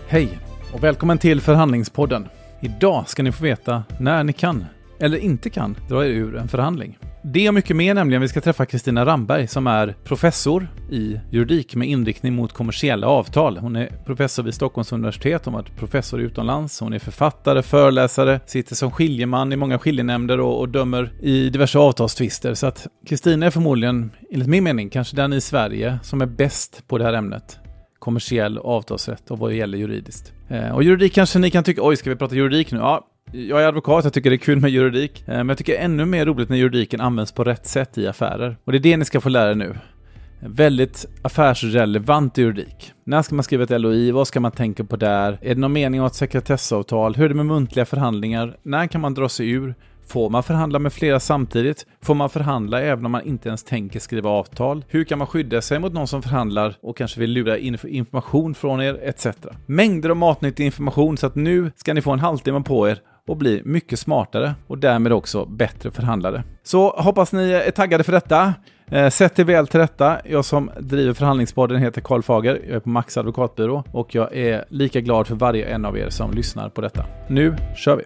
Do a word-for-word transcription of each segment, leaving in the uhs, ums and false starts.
Hej och välkommen till Förhandlingspodden. Idag ska ni få veta när ni kan, eller inte kan, dra er ur en förhandling. Det och mycket mer, nämligen vi ska träffa Kristina Ramberg som är professor i juridik med inriktning mot kommersiella avtal. Hon är professor vid Stockholms universitet, hon har varit professor utomlands, hon är författare, föreläsare, sitter som skiljeman i många skiljenämnder och, och dömer i diverse avtalstvister. Så att Kristina är förmodligen, enligt min mening, kanske den i Sverige som är bäst på det här ämnet. Kommersiell avtalsrätt och vad det gäller juridiskt. Eh, och juridik kanske ni kan tycka, oj ska vi prata juridik nu? Ja, jag är advokat, jag tycker det är kul med juridik. Eh, men jag tycker ännu mer roligt när juridiken används på rätt sätt i affärer. Och det är det ni ska få lära er nu. Väldigt affärsrelevant juridik. När ska man skriva ett L O I? Vad ska man tänka på där? Är det någon mening av ett sekretessavtal? Hur är det med muntliga förhandlingar? När kan man dra sig ur? Får man förhandla med flera samtidigt? Får man förhandla även om man inte ens tänker skriva avtal? Hur kan man skydda sig mot någon som förhandlar och kanske vill lura in information från er, et cetera. Mängder av matnyttig information, så att nu ska ni få en halvtimme på er och bli mycket smartare och därmed också bättre förhandlare. Så hoppas ni är taggade för detta. Eh, sätt er väl till detta. Jag som driver Förhandlingspodden heter Carl Fager. Jag är på Max advokatbyrå och jag är lika glad för varje en av er som lyssnar på detta. Nu kör vi!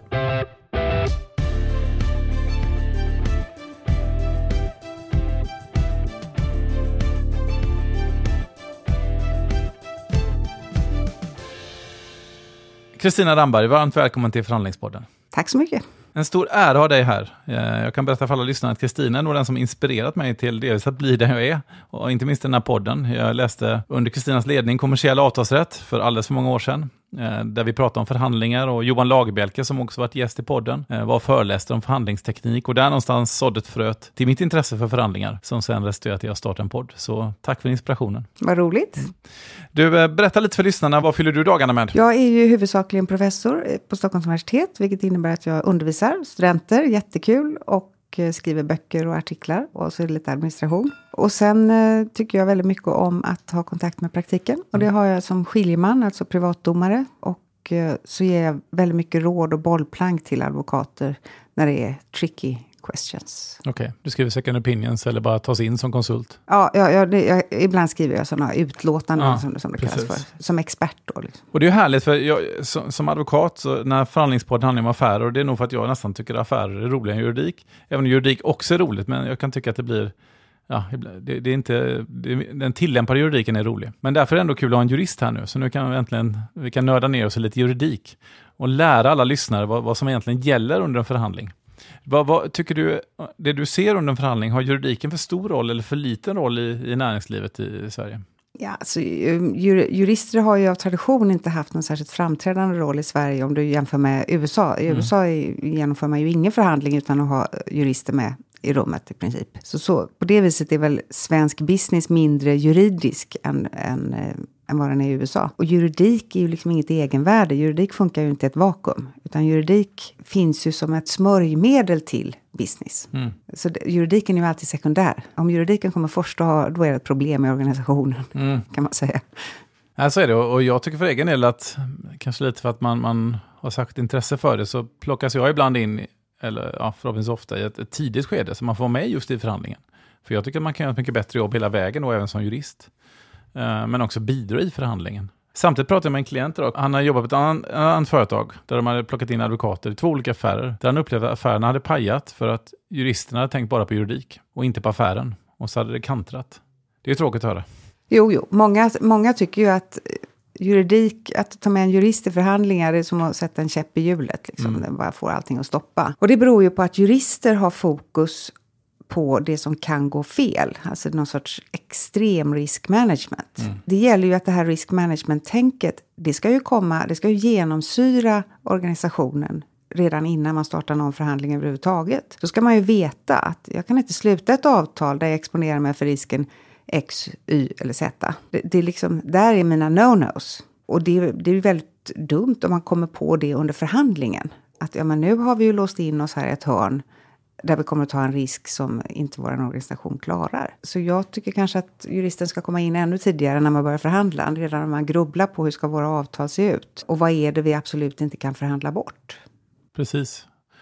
Kristina Ramberg, varmt välkommen till Förhandlingspodden. Tack så mycket. En stor ära att ha dig här. Jag kan berätta för alla lyssnare att Kristina är nog den som inspirerat mig till det att bli där jag är. Och inte minst den här podden. Jag läste under Kristinas ledning kommersiell avtalsrätt för alldeles för många år sedan. Där vi pratade om förhandlingar, och Johan Lagerbjälke som också varit gäst i podden var föreläste om förhandlingsteknik, och där någonstans såddet fröet till mitt intresse för förhandlingar som sen resulterade till att jag startade en podd. Så tack för inspirationen. Vad roligt. Du, berätta lite för lyssnarna, vad fyller du dagarna med? Jag är ju huvudsakligen professor på Stockholms universitet, vilket innebär att jag undervisar studenter, jättekul, och skriver böcker och artiklar, och så är det lite administration. Och sen eh, tycker jag väldigt mycket om att ha kontakt med praktiken. Och det har jag som skiljeman, alltså privatdomare. Och eh, så ger jag väldigt mycket råd och bollplank till advokater när det är tricky questions. Okej, okay. Du skriver second opinions eller bara tas in som konsult? Ja, ja, ja det, jag, ibland skriver jag sådana utlåtanden ja, som, som det precis. kallas för. Som expert då. Liksom. Och det är härligt, för jag, som, som advokat, så när förhandlingspodden handlar om affärer, och det är nog för att jag nästan tycker att affärer är roligare än juridik. Även juridik också är roligt, men jag kan tycka att det blir... Ja, det, det är inte, det, den tillämpade juridiken är rolig. Men därför är det ändå kul att ha en jurist här nu. Så nu kan vi äntligen vi kan nörda ner oss i lite juridik. Och lära alla lyssnare vad, vad som egentligen gäller under en förhandling. Vad, vad tycker du, det du ser under en förhandling, har juridiken för stor roll eller för liten roll i, i näringslivet i, i Sverige? Ja, alltså, jurister har ju av tradition inte haft någon särskilt framträdande roll i Sverige om du jämför med U S A. I mm. U S A genomför man ju ingen förhandling utan att ha jurister med i rummet i princip. Så, så på det viset är väl svensk business mindre juridisk än, än, än vad den är i U S A. Och juridik är ju liksom inget egenvärde. Juridik funkar ju inte i ett vakuum. Utan juridik finns ju som ett smörjmedel till business. Mm. Så det, juridiken är ju alltid sekundär. Om juridiken kommer först, då, har, då är det ett problem i organisationen, mm. kan man säga. Ja, så är det. Och jag tycker för egen del att, kanske lite för att man, man har sagt intresse för det, så plockas jag ibland in, eller ja, förhoppningsvis ofta, i ett, ett tidigt skede så man får vara med just i förhandlingen. För jag tycker att man kan göra ett mycket bättre jobb hela vägen, och även som jurist. Uh, men också bidra i förhandlingen. Samtidigt pratade jag med en klient idag. Han har jobbat på ett annat, annat företag där de hade plockat in advokater i två olika affärer. Där han upplevde att affärerna hade pajat för att juristerna hade tänkt bara på juridik och inte på affären. Och så hade det kantrat. Det är ju tråkigt att höra. Jo, jo. Många, många tycker ju att juridik, att ta med en jurist i förhandlingar är som att sätta en käpp i hjulet. Liksom. Mm. Den bara får allting att stoppa. Och det beror ju på att jurister har fokus på det som kan gå fel. Alltså någon sorts extrem riskmanagement. Mm. Det gäller ju att det här riskmanagement-tänket, det ska ju komma, det ska ju genomsyra organisationen redan innan man startar någon förhandling överhuvudtaget. Då ska man ju veta att jag kan inte sluta ett avtal där jag exponerar mig för risken X, Y eller Z. Det, det är liksom, där är mina no-nos. Och det, det är väldigt dumt om man kommer på det under förhandlingen. Att ja, men nu har vi ju låst in oss här i ett hörn där vi kommer att ta en risk som inte vår organisation klarar. Så jag tycker kanske att juristen ska komma in ännu tidigare när man börjar förhandla. Redan när man grubblar på hur ska våra avtal se ut. Och vad är det vi absolut inte kan förhandla bort. Precis.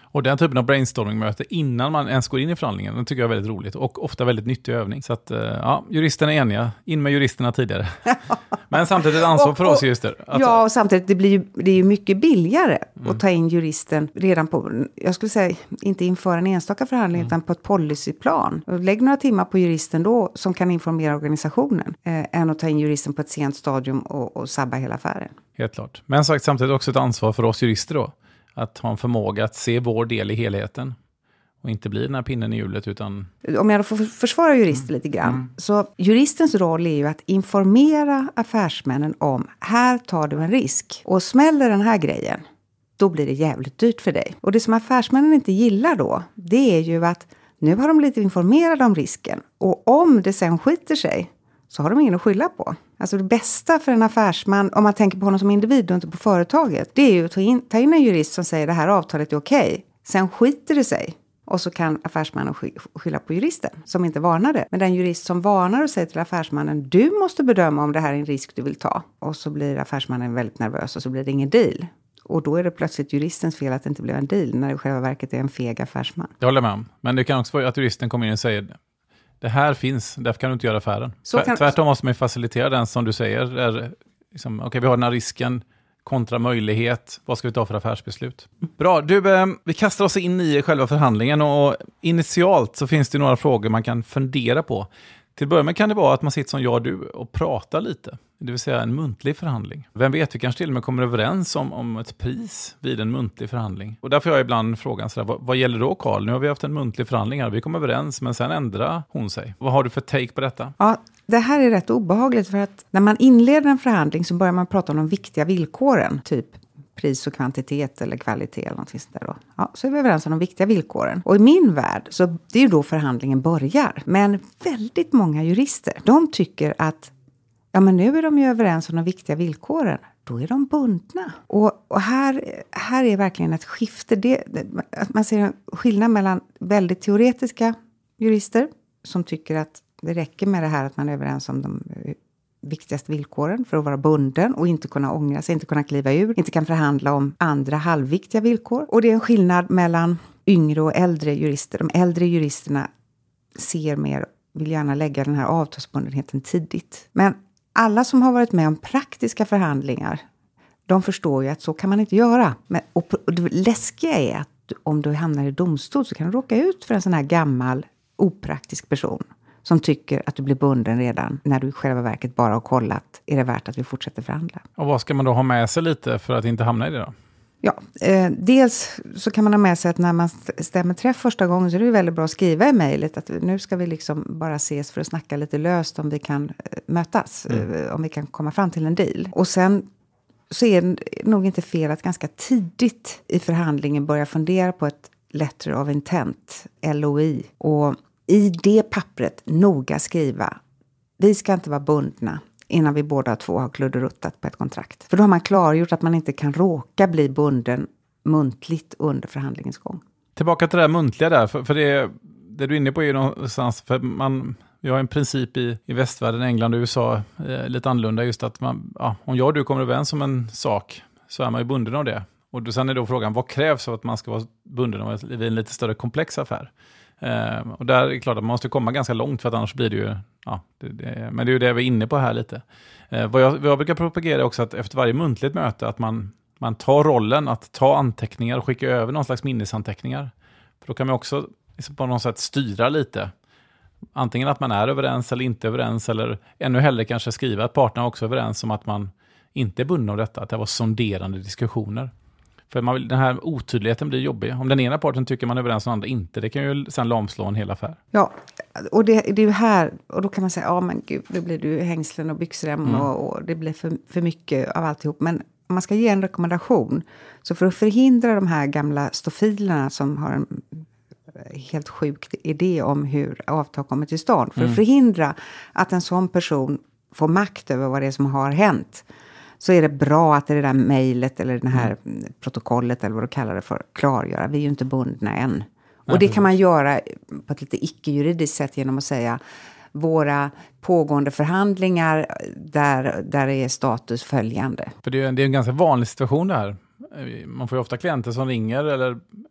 Och den typen av brainstorming-möte innan man ens går in i förhandlingen, den tycker jag är väldigt roligt och ofta väldigt nyttig övning. Så att, ja, juristerna är eniga. In med juristerna tidigare. Men samtidigt ett ansvar och, för oss jurister. Att, ja, och samtidigt det blir ju, det är ju mycket billigare mm. att ta in juristen redan på, jag skulle säga, inte inför en enstaka förhandling mm. utan på ett policyplan. Och lägg några timmar på juristen då som kan informera organisationen eh, än att ta in juristen på ett sent stadium och, och sabba hela affären. Helt klart. Men sagt samtidigt också ett ansvar för oss jurister då. Att ha en förmåga att se vår del i helheten. Och inte bli den här pinnen i hjulet utan... Om jag får försvara jurister mm. lite grann. Mm. Så juristens roll är ju att informera affärsmännen om här tar du en risk. Och smäller den här grejen, då blir det jävligt dyrt för dig. Och det som affärsmännen inte gillar då, det är ju att nu har de blivit informerade om risken. Och om det sen skiter sig så har de ingen att skylla på. Alltså det bästa för en affärsman, om man tänker på honom som individ och inte på företaget, det är ju att ta in, ta in en jurist som säger det här avtalet är okej. Sen skiter det sig. Och så kan affärsmannen skylla på juristen som inte varnade. Men den jurist som varnar och säger till affärsmannen, du måste bedöma om det här är en risk du vill ta. Och så blir affärsmannen väldigt nervös och så blir det ingen deal. Och då är det plötsligt juristens fel att det inte blev en deal när det i själva verket är en feg affärsman. Jag håller med om. Men det kan också vara att juristen kommer in och säger det här finns, därför kan du inte göra affären. Kan... Tvärtom måste man facilitera den som du säger. Är, liksom, okej, okay, vi har den här risken kontra möjlighet. Vad ska vi ta för affärsbeslut? Bra, du, eh, vi kastar oss in i själva förhandlingen och initialt så finns det några frågor man kan fundera på. Till början med kan det vara att man sitter som jag och du och pratar lite. Det vill säga en muntlig förhandling. Vem vet, vi kanske till och med kommer överens om, om ett pris vid en muntlig förhandling. Och därför har jag ibland frågan sådär, vad, vad gäller då Carl? Nu har vi haft en muntlig förhandling här, vi kom överens men sen ändrar hon sig. Vad har du för take på detta? Ja, det här är rätt obehagligt för att när man inleder en förhandling så börjar man prata om de viktiga villkoren. Typ pris och kvantitet eller kvalitet eller något sånt där då. Ja, så är vi överens om de viktiga villkoren. Och i min värld så det är ju då förhandlingen börjar. Men väldigt många jurister, de tycker att ja, men nu är de ju överens om de viktiga villkoren. Då är de bundna. Och, och här, här är verkligen ett skifte. Det, det, man ser en skillnad mellan väldigt teoretiska jurister som tycker att det räcker med det här att man är överens om de viktigaste villkoren för att vara bunden och inte kunna ångra sig, inte kunna kliva ur, inte kan förhandla om andra halvviktiga villkor. Och det är en skillnad mellan yngre och äldre jurister. De äldre juristerna ser mer, vill gärna lägga den här avtalsbundenheten tidigt. Men alla som har varit med om praktiska förhandlingar, de förstår ju att så kan man inte göra. Men, och, och det läskiga är att om du hamnar i domstol så kan du råka ut för en sån här gammal, opraktisk person som tycker att du blir bunden redan när du i själva verket bara har kollat, är det värt att vi fortsätter förhandla? Och vad ska man då ha med sig lite för att inte hamna i det då? Ja, eh, dels så kan man ha med sig att när man stämmer träff första gången så är det väldigt bra att skriva i mejlet att nu ska vi liksom bara ses för att snacka lite löst om vi kan eh, mötas, mm. eh, om vi kan komma fram till en deal. Och sen så är det nog inte fel att ganska tidigt i förhandlingen börja fundera på ett letter of intent, L O I. Och i det pappret noga skriva, vi ska inte vara bundna innan vi båda två har kludderuttat på ett kontrakt. För då har man klargjort att man inte kan råka bli bunden muntligt under förhandlingens gång. Tillbaka till det här muntliga där, för, för det, det du är inne på är ju någonstans, för man, vi har en princip i, i västvärlden, England och U S A, eh, lite annorlunda just att man, ja, om jag och du kommer överens om en sak så är man ju bunden av det. Och då, sen är då frågan, vad krävs för att man ska vara bunden av vid en lite större komplex affär? Uh, och där är det klart att man måste komma ganska långt för att annars blir det ju, ja, det, det, men det är ju det vi är inne på här lite. Uh, vad, jag, vad jag brukar propagera är också att efter varje muntligt möte att man, man tar rollen att ta anteckningar och skicka över någon slags minnesanteckningar. För då kan man också liksom på något sätt styra lite. Antingen att man är överens eller inte överens, eller ännu hellre kanske skriva att parterna också är överens om att man inte är bunden av detta, att det var sonderande diskussioner. För man vill, den här otydligheten blir jobbig. Om den ena parten tycker man är överens och den andra inte, det kan ju sen lamslå en hel affär. Ja, och det, det är ju här, och då kan man säga, ja men gud, det blir du hängslen och byxrem mm. och, och det blir för, för mycket av alltihop. Men om man ska ge en rekommendation, så för att förhindra de här gamla stofilerna som har en helt sjuk idé om hur avtal kommer till stånd, för mm. att förhindra att en sån person får makt över vad det är som har hänt, så är det bra att det där mejlet eller det här mm. protokollet eller vad du kallar det för klargöra. Vi är ju inte bundna än. Och det kan man göra på ett lite icke-juridiskt sätt genom att säga våra pågående förhandlingar där, där är status följande. För det är, det är en ganska vanlig situation det här. Man får ju ofta klienter som ringer eller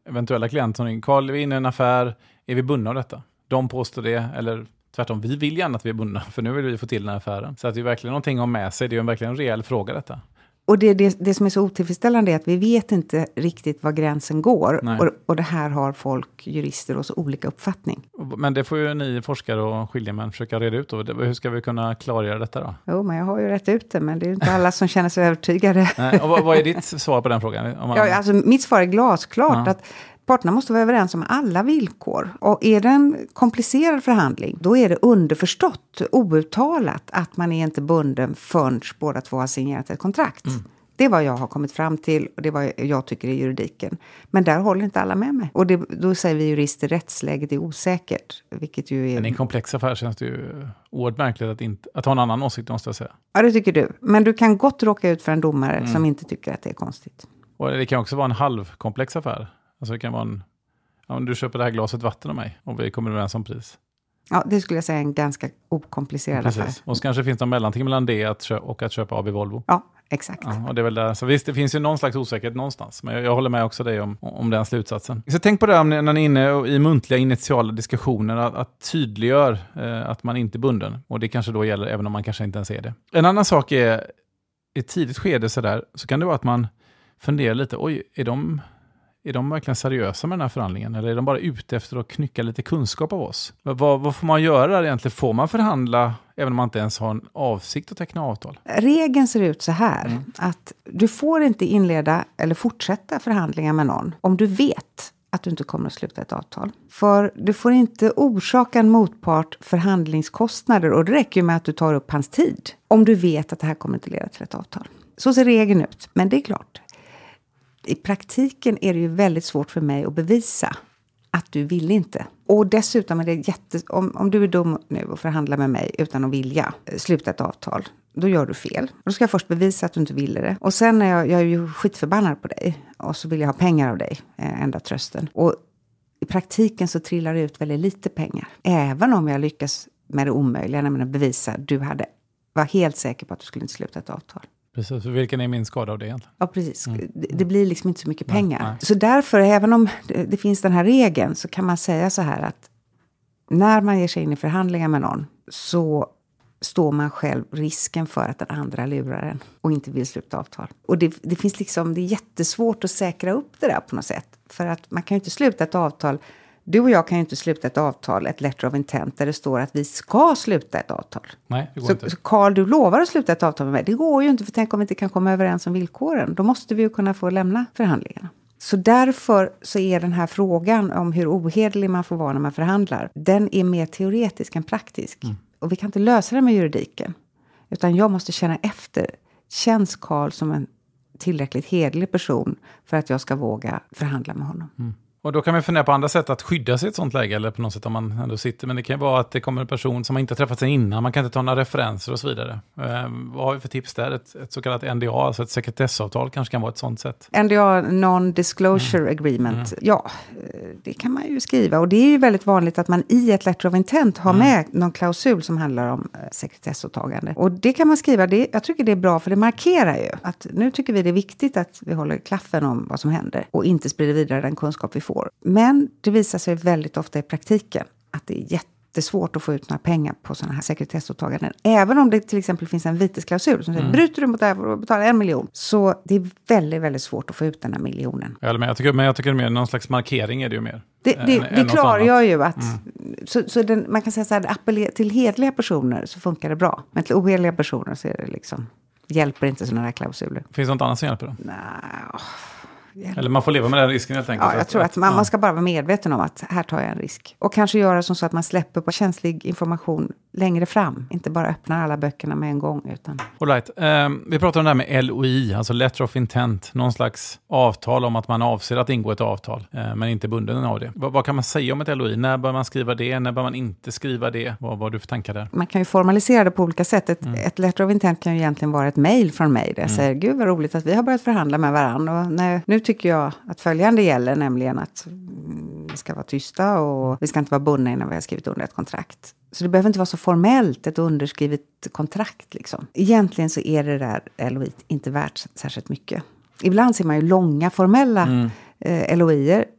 eventuella klienter. Carl, vi är inne i en affär, är vi bundna av detta? De påstår det, eller tvärtom, vi vill gärna att vi är bundna, för nu vill vi få till den här affären. Så att det är verkligen någonting om med sig, det är ju verkligen en rejäl fråga detta. Och det, det, det som är så otillfredsställande är att vi vet inte riktigt var gränsen går. Och, och det här har folk, jurister, och så olika uppfattning. Men det får ju ni forskare och skiljemän försöka reda ut. Då. Hur ska vi kunna klargöra detta då? Jo, men jag har ju rätt ut det, men det är ju inte alla som känner sig övertygade. Nej, och vad, vad är ditt svar på den frågan? Om man... ja, alltså, mitt svar är glasklart. Ja. Att parterna måste vara överens om alla villkor. Och är det en komplicerad förhandling, då är det underförstått, outtalat, att man är inte bunden förrän båda två har signerat ett kontrakt. Mm. Det är vad jag har kommit fram till och det är vad jag tycker är juridiken. Men där håller inte alla med mig. Och det, då säger vi jurister, rättsläget är osäkert. Vilket ju är... Men i en komplex affär känns det ju oerhört märkligt att, inte, att ha en annan åsikt, måste jag säga. Ja, det tycker du. Men du kan gott råka ut för en domare mm. som inte tycker att det är konstigt. Och det kan också vara en halvkomplex affär. Alltså det kan vara en... Om du köper det här glaset vatten av mig och vi kommer överens om pris. Ja, det skulle jag säga är en ganska okomplicerad Precis. affär. Och så kanske finns det en mellanting mellan det att köpa och att köpa A B Volvo. Ja, exakt. Ja, och det är väl där. Så visst, det finns ju någon slags osäkerhet någonstans. Men jag, jag håller med också dig om, om den slutsatsen. Så tänk på det om ni, när ni är inne i muntliga initiala diskussioner. Att, att tydliggör eh, att man inte är bunden. Och det kanske då gäller även om man kanske inte ens är det. En annan sak är, i ett tidigt skede så, där, så kan det vara att man funderar lite. Oj, är de... Är de verkligen seriösa med den här förhandlingen? Eller är de bara ute efter att knycka lite kunskap av oss? Vad, vad får man göra där egentligen? Får man förhandla även om man inte ens har en avsikt att teckna avtal? Regeln ser ut så här. Mm. Att du får inte inleda eller fortsätta förhandlingar med någon om du vet att du inte kommer att sluta ett avtal. För du får inte orsaka en motpart förhandlingskostnader. Och det räcker ju med att du tar upp hans tid. Om du vet att det här kommer inte leda till ett avtal. Så ser regeln ut. Men det är klart. I praktiken är det ju väldigt svårt för mig att bevisa att du vill inte. Och dessutom är det jätte... Om, om du är dum nu och förhandlar med mig utan att vilja sluta ett avtal, då gör du fel. Då ska jag först bevisa att du inte ville det. Och sen är jag, jag är ju skitförbannad på dig. Och så vill jag ha pengar av dig, enda trösten. Och i praktiken så trillar det ut väldigt lite pengar. Även om jag lyckas med det omöjliga, nämligen bevisa att du hade, var helt säker på att du skulle inte sluta ett avtal. Precis, för vilken är min skada av det egentligen? Ja, precis. Mm. Det, det blir liksom inte så mycket pengar. Nej, nej. Så därför, även om det, det finns den här regeln, så kan man säga så här att när man ger sig in i förhandlingar med någon så står man själv risken för att den andra lurar en och inte vill sluta avtal. Och det, det finns liksom, det är jättesvårt att säkra upp det där på något sätt. För att man kan ju inte sluta ett avtal. Du och jag kan ju inte sluta ett avtal, ett letter of intent, där det står att vi ska sluta ett avtal. Nej, det går så, inte. Så Carl, du lovar att sluta ett avtal med mig. Det går ju inte, för tänk om vi inte kan komma överens om villkoren. Då måste vi ju kunna få lämna förhandlingarna. Så därför så är den här frågan om hur ohederlig man får vara när man förhandlar, den är mer teoretisk än praktisk. Mm. Och vi kan inte lösa det med juridiken. Utan jag måste känna efter, känns Carl som en tillräckligt hederlig person för att jag ska våga förhandla med honom. Mm. Och då kan man fundera på andra sätt att skydda sig i ett sånt läge, eller på något sätt om man ändå sitter. Men det kan ju vara att det kommer en person som man inte har träffat sig innan, man kan inte ta några referenser och så vidare. Eh, vad har vi för tips där? Ett, ett så kallat N D A, alltså ett sekretessavtal, kanske kan vara ett sånt sätt. N D A, Non-Disclosure mm. Agreement, mm. ja, det kan man ju skriva. Och det är ju väldigt vanligt att man i ett letter of intent har mm. med någon klausul som handlar om eh, sekretessåtagande. Och det kan man skriva, det, jag tycker det är bra, för det markerar ju att nu tycker vi det är viktigt att vi håller klaffen om vad som händer och inte sprider vidare den kunskap vi får. Men det visar sig väldigt ofta i praktiken att det är jättesvårt att få ut några pengar på sådana här sekretessåtaganden. Även om det till exempel finns en vitesklausul som säger mm. bryter du mot det här för att betala en miljon. Så det är väldigt, väldigt svårt att få ut den här miljonen. Ja, men jag tycker, men jag tycker mer någon slags markering är det ju mer. Det, det, än, det än klargör ju att mm. så, så den, man kan säga så här, appellerar till hedliga personer så funkar det bra. Men till ohederliga personer så är det liksom, hjälper inte sådana här klausuler. Finns det något annat som hjälper då? Nej. Eller man får leva med den risken helt enkelt. Ja, jag tror att man, ja. man ska bara vara medveten om att här tar jag en risk. Och kanske göra som så att man släpper på känslig information längre fram. Inte bara öppnar alla böckerna med en gång. Utan... All right. Um, vi pratar om det här med L O I, alltså Letter of Intent. Någon slags avtal om att man avser att ingå ett avtal, uh, men inte bunden av det. V- vad kan man säga om ett L O I? När bör man skriva det? När bör man inte skriva det? Vad, vad har du för tankar där? Man kan ju formalisera det på olika sätt. Ett, mm. ett Letter of Intent kan ju egentligen vara ett mejl från mig. Där jag mm. säger, gud vad roligt att vi har börjat förhandla med varandra. Och när, nu tycker jag att följande gäller, nämligen att mm, vi ska vara tysta och vi ska inte vara bundna innan vi har skrivit under ett kontrakt. Så det behöver inte vara så formellt ett underskrivet kontrakt liksom. Egentligen så är det där L O I inte värt särskilt mycket. Ibland ser man ju långa formella mm. eh, L O I:er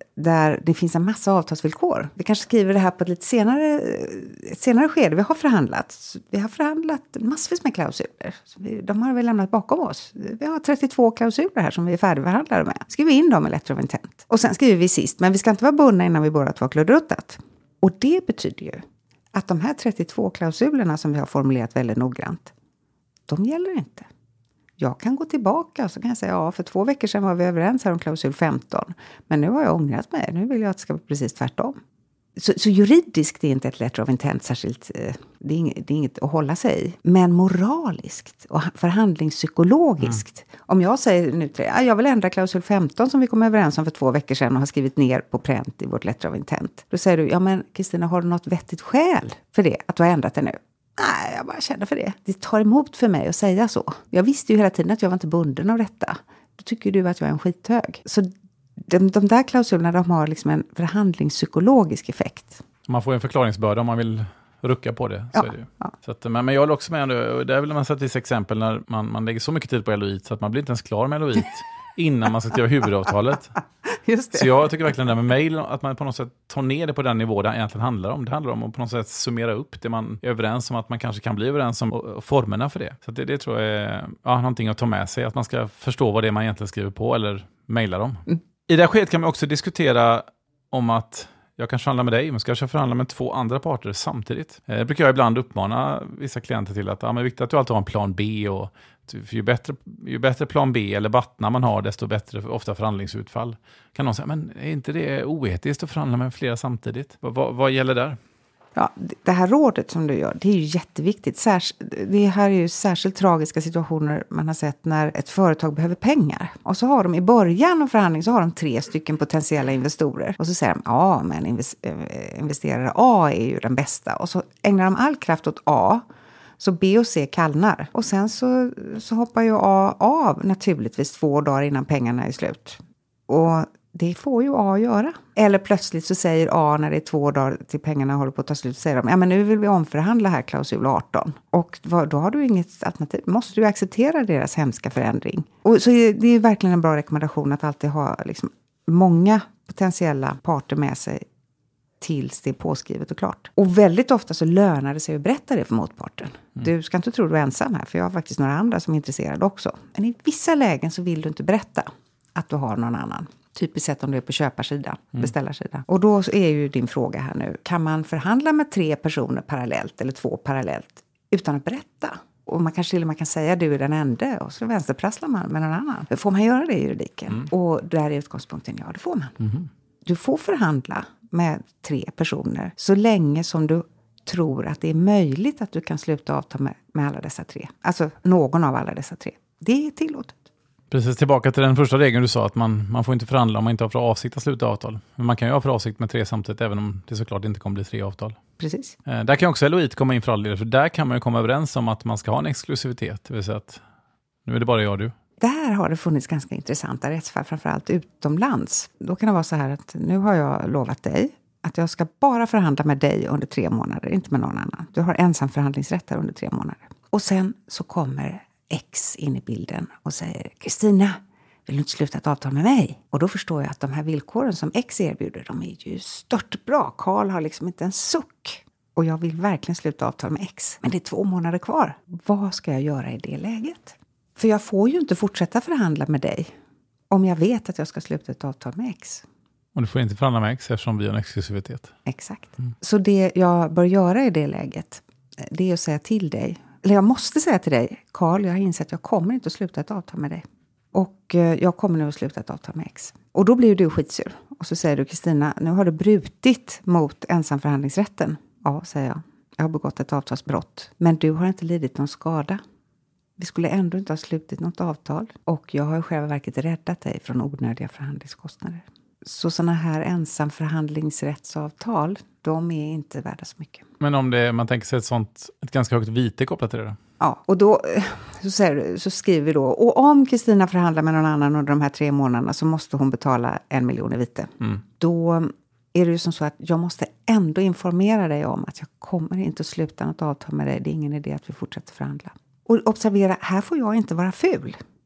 där det finns en massa avtalsvillkor. Vi kanske skriver det här på ett lite senare, ett senare skede. Vi har förhandlat. Vi har förhandlat massvis med klausuler. De har vi lämnat bakom oss. Vi har trettiotvå klausuler här som vi är färdigförhandlade med. Skriver in dem i letter of intent. Och sen skriver vi sist. Men vi ska inte vara bundna innan vi båda två har kludruttat. Och det betyder ju att de här trettiotvå klausulerna som vi har formulerat väldigt noggrant, de gäller inte. Jag kan gå tillbaka och så kan jag säga, ja, för två veckor sedan var vi överens här om klausul femton. Men nu har jag ångrat mig. Nu vill jag att det ska vara precis tvärtom. Så, så juridiskt är inte ett letter of intent särskilt, det är inget, det är inget att hålla sig i. Men moraliskt och förhandlingspsykologiskt. Mm. Om jag säger nu till dig, jag vill ändra klausul femton som vi kom överens om för två veckor sedan och har skrivit ner på pränt i vårt letter of intent. Då säger du, ja men Kristina, har du något vettigt skäl för det? Att du har ändrat det nu? Nej, jag bara känner för det. Det tar emot för mig att säga så. Jag visste ju hela tiden att jag var inte bunden av detta. Då tycker du att jag är en skithög. Så de, de där klausulerna, de har liksom en förhandlingspsykologisk effekt. Man får en förklaringsbörda om man vill rucka på det. Så ja, är det ju. Ja. Så att, men, men jag håller också med, och det är väl man sett vissa exempel när man, man lägger så mycket tid på L O I så att man blir inte ens klar med L O I innan man ska skriva huvudavtalet. Just det. Så jag tycker verkligen det med mejl, att man på något sätt tar ner det på den nivå det egentligen handlar om. Det handlar om att på något sätt summera upp det man är överens om, att man kanske kan bli överens om, och, och formerna för det. Så det, det tror jag är ja, någonting att ta med sig, att man ska förstå vad det är man egentligen skriver på eller mejlar om. Mm. I det här skedet kan man också diskutera om att jag kan förhandla med dig, men ska jag förhandla med två andra parter samtidigt? Det brukar jag ibland uppmana vissa klienter till att ja, men det är viktigt att du alltid har en plan B, och ju bättre, ju bättre plan B eller battna man har, desto bättre ofta förhandlingsutfall. Kan någon säga, men är inte det oetiskt att förhandla med flera samtidigt? Vad, vad, vad gäller där? Ja, det här rådet som du gör, det är ju jätteviktigt. Särs- det här är ju särskilt tragiska situationer man har sett när ett företag behöver pengar. Och så har de i början av förhandlingen så har de tre stycken potentiella investorer. Och så säger de, ja men investerare A är ju den bästa. Och så ägnar de all kraft åt A. Så B och C kallnar. Och sen så, så hoppar ju A av naturligtvis två dagar innan pengarna är slut. Och det får ju A göra. Eller plötsligt så säger A när det är två dagar till pengarna håller på att ta slut. Säger de, ja men nu vill vi omförhandla här klausul arton. Och då har du inget alternativ. Måste du acceptera deras hemska förändring. Och så är det är verkligen en bra rekommendation att alltid ha liksom många potentiella parter med sig tills det är påskrivet och klart. Och väldigt ofta så lönar det sig att berätta det för motparten. Mm. Du ska inte tro du är ensam här, för jag har faktiskt några andra som är intresserade också. Men i vissa lägen så vill du inte berätta att du har någon annan. Typiskt sett om du är på köparsidan, mm. beställarsidan. Och då är ju din fråga här nu, kan man förhandla med tre personer parallellt eller två parallellt utan att berätta? Och man kanske till och med kan säga du är den enda och så vänsterprasslar man med någon annan. Får man göra det i juridiken? Mm. Och där är utgångspunkten, ja det får man. Mm. Du får förhandla med tre personer så länge som du tror att det är möjligt att du kan sluta avtal med, med alla dessa tre. Alltså någon av alla dessa tre. Det är tillåtet. Precis, tillbaka till den första regeln du sa, att man, man får inte förhandla om man inte har för avsikt att sluta avtal. Men man kan ju ha för avsikt med tre samtidigt, även om det såklart inte kommer bli tre avtal. Precis. Eh, där kan också L O I komma in för all del, för där kan man ju komma överens om att man ska ha en exklusivitet. Det vill säga att nu är det bara jag och du. Där har det funnits ganska intressanta rättsfall, framförallt utomlands. Då kan det vara så här att nu har jag lovat dig att jag ska bara förhandla med dig under tre månader, inte med någon annan. Du har ensam förhandlingsrätt där under tre månader. Och sen så kommer X in i bilden och säger, Kristina, vill du inte sluta ett avtal med mig? Och då förstår jag att de här villkoren som X erbjuder, de är ju stört bra. Karl har liksom inte en suck. Och jag vill verkligen sluta avtal med X. Men det är två månader kvar. Vad ska jag göra i det läget? För jag får ju inte fortsätta förhandla med dig om jag vet att jag ska sluta ett avtal med X. Och du får inte förhandla med X eftersom vi har en exklusivitet. Exakt. Mm. Så det jag bör göra i det läget, det är att säga till dig. Eller jag måste säga till dig, Karl, jag har insett att jag kommer inte att sluta ett avtal med dig. Och jag kommer nu att sluta ett avtal med X. Och då blir du skitsur. Och så säger du, Kristina, nu har du brutit mot ensamförhandlingsrätten. Ja, säger jag. Jag har begått ett avtalsbrott. Men du har inte lidit någon skada. Vi skulle ändå inte ha slutit något avtal. Och jag har i själva verket räddat dig från onödiga förhandlingskostnader. Så sådana här ensamförhandlingsrättsavtal, de är inte värda så mycket. Men om det, man tänker sig ett sånt, ett ganska högt vite kopplat till det då? Ja, och då så, säger, så skriver vi då, och om Kristina förhandlar med någon annan under de här tre månaderna så måste hon betala en miljon i vite. Mm. Då är det ju som så att jag måste ändå informera dig om att jag kommer inte att sluta något avtal med dig. Det är ingen idé att vi fortsätter förhandla. Och observera, här får jag inte vara ful.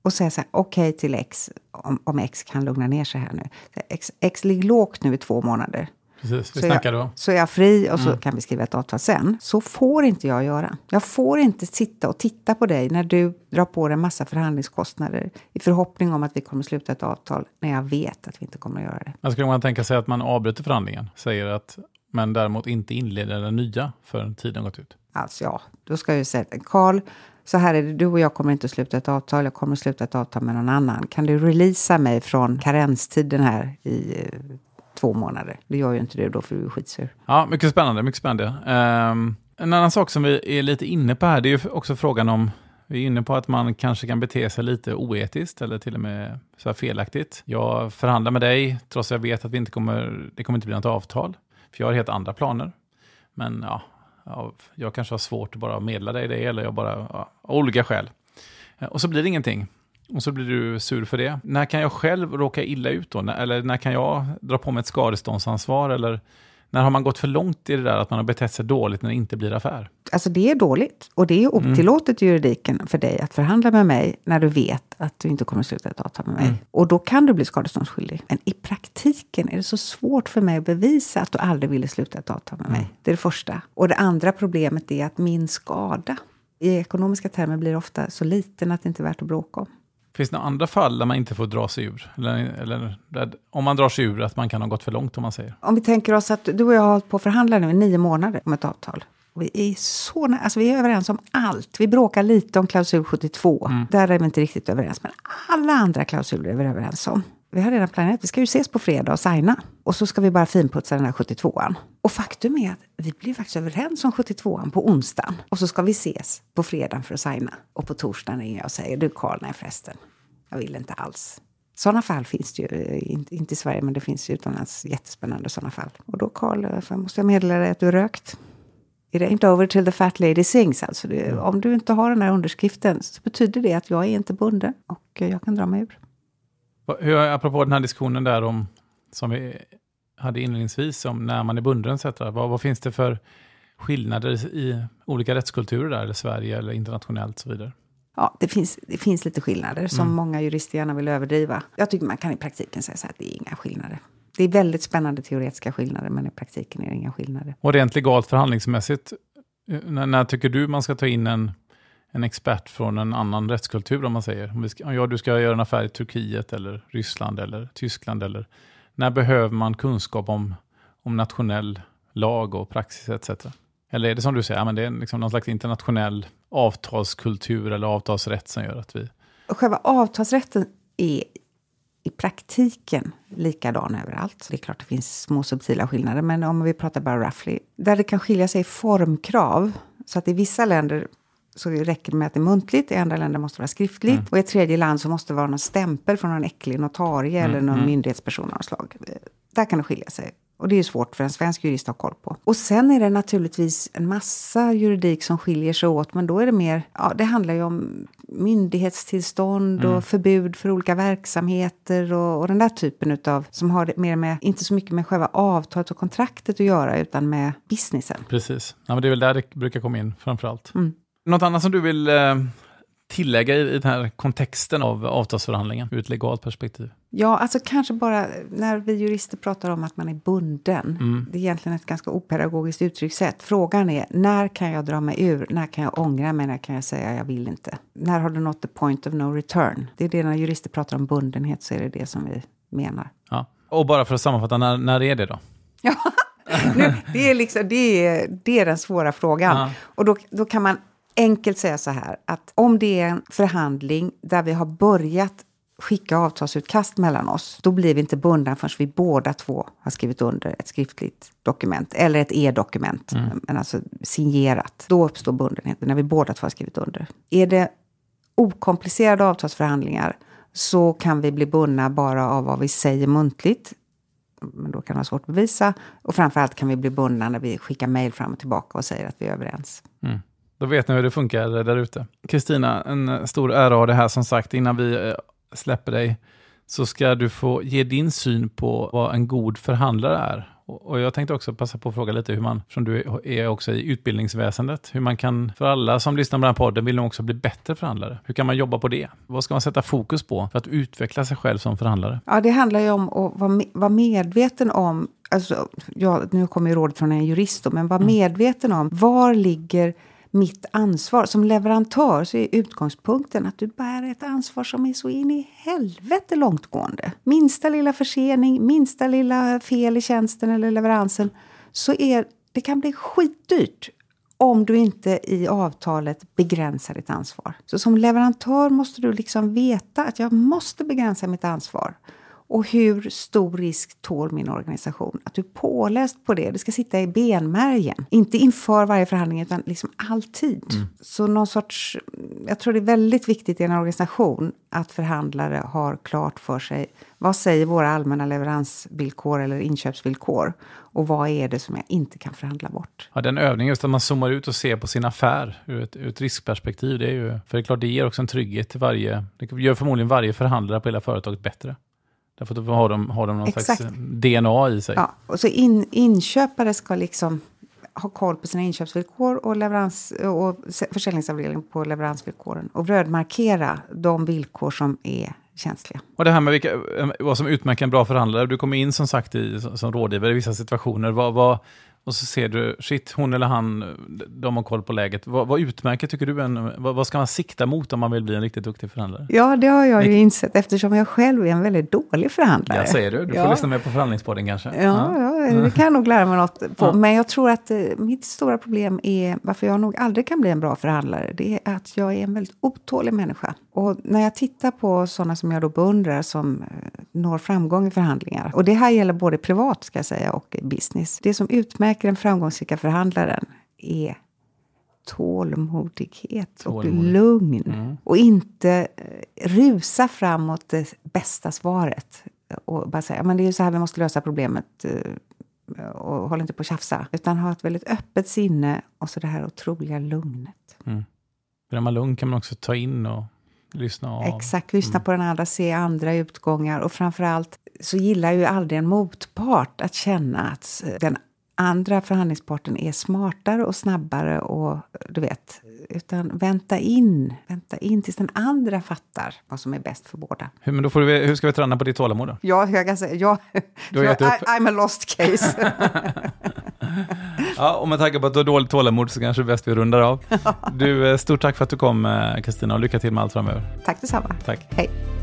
och säga så här, okej okay till X, om, om X kan lugna ner sig här nu. X, X ligger lågt nu i två månader. Precis, vi så, snackar jag, då. så är jag fri och så mm. kan vi skriva ett avtal sen. Så får inte jag göra. Jag får inte sitta och titta på dig när du drar på dig en massa förhandlingskostnader i förhoppning om att vi kommer sluta ett avtal när jag vet att vi inte kommer att göra det. Jag skulle man tänka sig att man avbryter förhandlingen, säger att men däremot inte inleder den nya förrän tiden gått ut. Alltså ja, då ska jag ju säga, Carl, så här är det, du och jag kommer inte att sluta ett avtal, jag kommer att sluta ett avtal med någon annan. Kan du releasa mig från karenstiden här i eh, två månader? Det gör ju inte du då, för du är skitsur. Ja, mycket spännande, mycket spännande. Um, en annan sak som vi är lite inne på här, det är ju också frågan om, vi är inne på att man kanske kan bete sig lite oetiskt eller till och med så här felaktigt. Jag förhandlar med dig trots att jag vet att vi inte kommer, det kommer inte bli något avtal. För jag har helt andra planer. Men ja, ja jag kanske har svårt att bara meddela dig det, eller jag bara, ja, av olika skäl. Och så blir det ingenting. Och så blir du sur för det. När kan jag själv råka illa ut då? Eller när kan jag dra på mig ett skadeståndsansvar? Eller när har man gått för långt i det där att man har betett sig dåligt när det inte blir affär? Alltså det är dåligt. Och det är otillåtet i juridiken för dig att förhandla med mig när du vet att du inte kommer att sluta ett avtal med mig. Mm. Och då kan du bli skadeståndsskyldig. Men i praktiken är det så svårt för mig att bevisa att du aldrig ville sluta ett avtal med mm. mig. Det är det första. Och det andra problemet är att min skada i ekonomiska termer blir ofta så liten att det inte är värt att bråka om. Finns det några andra fall där man inte får dra sig ur? Eller, eller där, om man drar sig ur att man kan ha gått för långt, om man säger. Om vi tänker oss att du och jag har hållit på att förhandla nu i nio månader om ett avtal. Och vi är så nä- alltså vi är överens om allt. Vi bråkar lite om klausul sjuttiotvå. Mm. Där är vi inte riktigt överens. Men alla andra klausuler är vi överens om. Vi har redan planerat. Vi ska ju ses på fredag och signa. Och så ska vi bara finputsa den här sjuttiotvåan. Och faktum är att vi blir faktiskt överens om sjuttiotvåan på onsdagen. Och så ska vi ses på fredagen för att signa. Och på torsdagen ringer jag och säger, du Carl, nej förresten. Jag vill inte alls. Sådana fall finns det ju, inte i Sverige, men det finns ju utomlands jättespännande sådana fall. Och då Carl, måste jag meddela dig att du är rökt. It ain't over till the fat lady sings. Alltså det, mm. Om du inte har den här underskriften så betyder det att jag är inte bunden och jag kan dra mig ur. Hur, apropå den här diskussionen där om, som vi hade inledningsvis om när man är bunden et cetera. Vad, vad finns det för skillnader i olika rättskulturer där, eller Sverige eller internationellt och så vidare? Ja, det finns, det finns lite skillnader som mm. många jurister gärna vill överdriva. Jag tycker man kan i praktiken säga så här att det är inga skillnader. Det är väldigt spännande teoretiska skillnader, men i praktiken är det inga skillnader. Och rent legalt förhandlingsmässigt, när, när tycker du man ska ta in en, en expert från en annan rättskultur, om man säger? Om, vi ska, om jag, du ska göra en affär i Turkiet eller Ryssland eller Tyskland, eller när behöver man kunskap om, om nationell lag och praxis et cetera? Eller är det som du säger, ja, men det är liksom någon slags internationell avtalskultur eller avtalsrätt som gör att vi... Och själva avtalsrätten är i praktiken likadan överallt. Det är klart det finns små subtila skillnader, men om vi pratar bara roughly. Där det kan skilja sig i formkrav, så att i vissa länder så räcker det med att det är muntligt, i andra länder måste det vara skriftligt, mm. och i ett tredje land så måste det vara någon stämpel från någon äcklig notarie mm. eller någon mm. myndighetsperson av slag. Där kan det skilja sig. Och det är ju svårt för en svensk jurist att ha koll på. Och sen är det naturligtvis en massa juridik som skiljer sig åt. Men då är det mer, ja det handlar ju om myndighetstillstånd och mm. förbud för olika verksamheter. Och, och den där typen utav, som har det mer med, inte så mycket med själva avtalet och kontraktet att göra, utan med businessen. Precis, ja, men det är väl där det brukar komma in framförallt. Mm. Något annat som du vill eh, tillägga i, i den här kontexten av avtalsförhandlingen ur ett legalt perspektiv? Ja, alltså kanske bara när vi jurister pratar om att man är bunden. Mm. Det är egentligen ett ganska opedagogiskt uttryckssätt. Frågan är, när kan jag dra mig ur? När kan jag ångra mig? När kan jag säga jag vill inte? När har du nått the point of no return? Det är det när jurister pratar om bundenhet, så är det det som vi menar. Ja. Och bara för att sammanfatta, när, när är det då? Ja, nu, det, är liksom, det, är, det är den svåra frågan. Ja. Och då, då kan man enkelt säga så här, att om det är en förhandling där vi har börjat skicka avtalsutkast mellan oss, då blir vi inte bundna förrän vi båda två har skrivit under ett skriftligt dokument eller ett e-dokument, mm. men alltså signerat. Då uppstår bundenheten när vi båda två har skrivit under. Är det okomplicerade avtalsförhandlingar så kan vi bli bundna bara av vad vi säger muntligt, men då kan det vara svårt att bevisa, och framförallt kan vi bli bundna när vi skickar mejl fram och tillbaka och säger att vi är överens. Mm. Då vet ni hur det funkar där ute. Kristina, en stor ära av det här som sagt. Innan vi släpper dig så ska du få ge din syn på vad en god förhandlare är Och, och jag tänkte också passa på att fråga lite hur man, som du är också i utbildningsväsendet, hur man kan, för alla som lyssnar på den här podden vill nog också bli bättre förhandlare. Hur kan man jobba på det? Vad ska man sätta fokus på för att utveckla sig själv som förhandlare? Ja, det handlar ju om att vara, vara medveten om, alltså, ja, nu kommer ju rådet från en jurist då, men vara mm. medveten om var ligger mitt ansvar. Som leverantör så är utgångspunkten att du bär ett ansvar som är så in i helvete långtgående. Minsta lilla försening, minsta lilla fel i tjänsten eller leveransen, så är det kan bli skitdyrt om du inte i avtalet begränsar ditt ansvar. Så som leverantör måste du liksom veta att jag måste begränsa mitt ansvar. Och hur stor risk tål min organisation? Att du är påläst på det. Det ska sitta i benmärgen. Inte inför varje förhandling utan liksom alltid. Mm. Så någon sorts, jag tror det är väldigt viktigt i en organisation att förhandlare har klart för sig vad säger våra allmänna leveransvillkor eller inköpsvillkor. Och vad är det som jag inte kan förhandla bort? Ja, den övningen just att man zoomar ut och ser på sin affär ur ett, ur ett riskperspektiv. Det är ju, för det är klart det ger också en trygghet till varje, det gör förmodligen varje förhandlare på hela företaget bättre. Därför att då har de, har de någon Exakt. slags D N A i sig. Ja, och så in, inköpare ska liksom ha koll på sina inköpsvillkor och, leverans, och försäljningsavdelning på leveransvillkoren. Och rödmarkera de villkor som är känsliga. Och det här med vilka, vad som utmärker en bra förhandlare. Du kommer in som sagt i, som rådgivare i vissa situationer. Vad, vad, och så ser du, shit, hon eller han, de har koll på läget. Vad, vad utmärker tycker du? En, vad, vad ska man sikta mot om man vill bli en riktigt duktig förhandlare? Ja, det har jag ju insett eftersom jag själv är en väldigt dålig förhandlare. Ja, säger du. Du får ja. lyssna med på förhandlingspodden kanske. Ja, ja. ja, det kan jag nog lära mig något på. Ja. Men jag tror att eh, mitt stora problem är, varför jag nog aldrig kan bli en bra förhandlare, det är att jag är en väldigt otålig människa. Och när jag tittar på sådana som jag då beundrar som eh, når framgång i förhandlingar, och det här gäller både privat ska jag säga och business. Det som utmärker den framgångsrika förhandlaren är tålmodighet Tålmodig. och lugn. Mm. Och inte eh, rusa framåt det bästa svaret. Och bara säga, men det är ju så här vi måste lösa problemet. Eh, och hålla inte på att tjafsa. Utan ha ett väldigt öppet sinne och så det här otroliga lugnet. Mm. När man är lugn kan man också ta in och lyssna av. Exakt, lyssna mm. på den andra, se andra utgångar. Och framförallt så gillar ju aldrig en motpart att känna att den andra förhandlingsparten är smartare och snabbare och du vet, utan vänta in, vänta in tills den andra fattar vad som är bäst för båda. Hur, men då får du, hur ska vi träna på ditt tålamod då? Ja, jag kan säga, jag, jag, I, I'm a lost case. Ja, och med tanke på att du har dåligt tålamod så kanske det är bäst vi rundar av. Du, stort tack för att du kom, Kristina, och lycka till med allt framöver. Tack detsamma. Tack. Hej.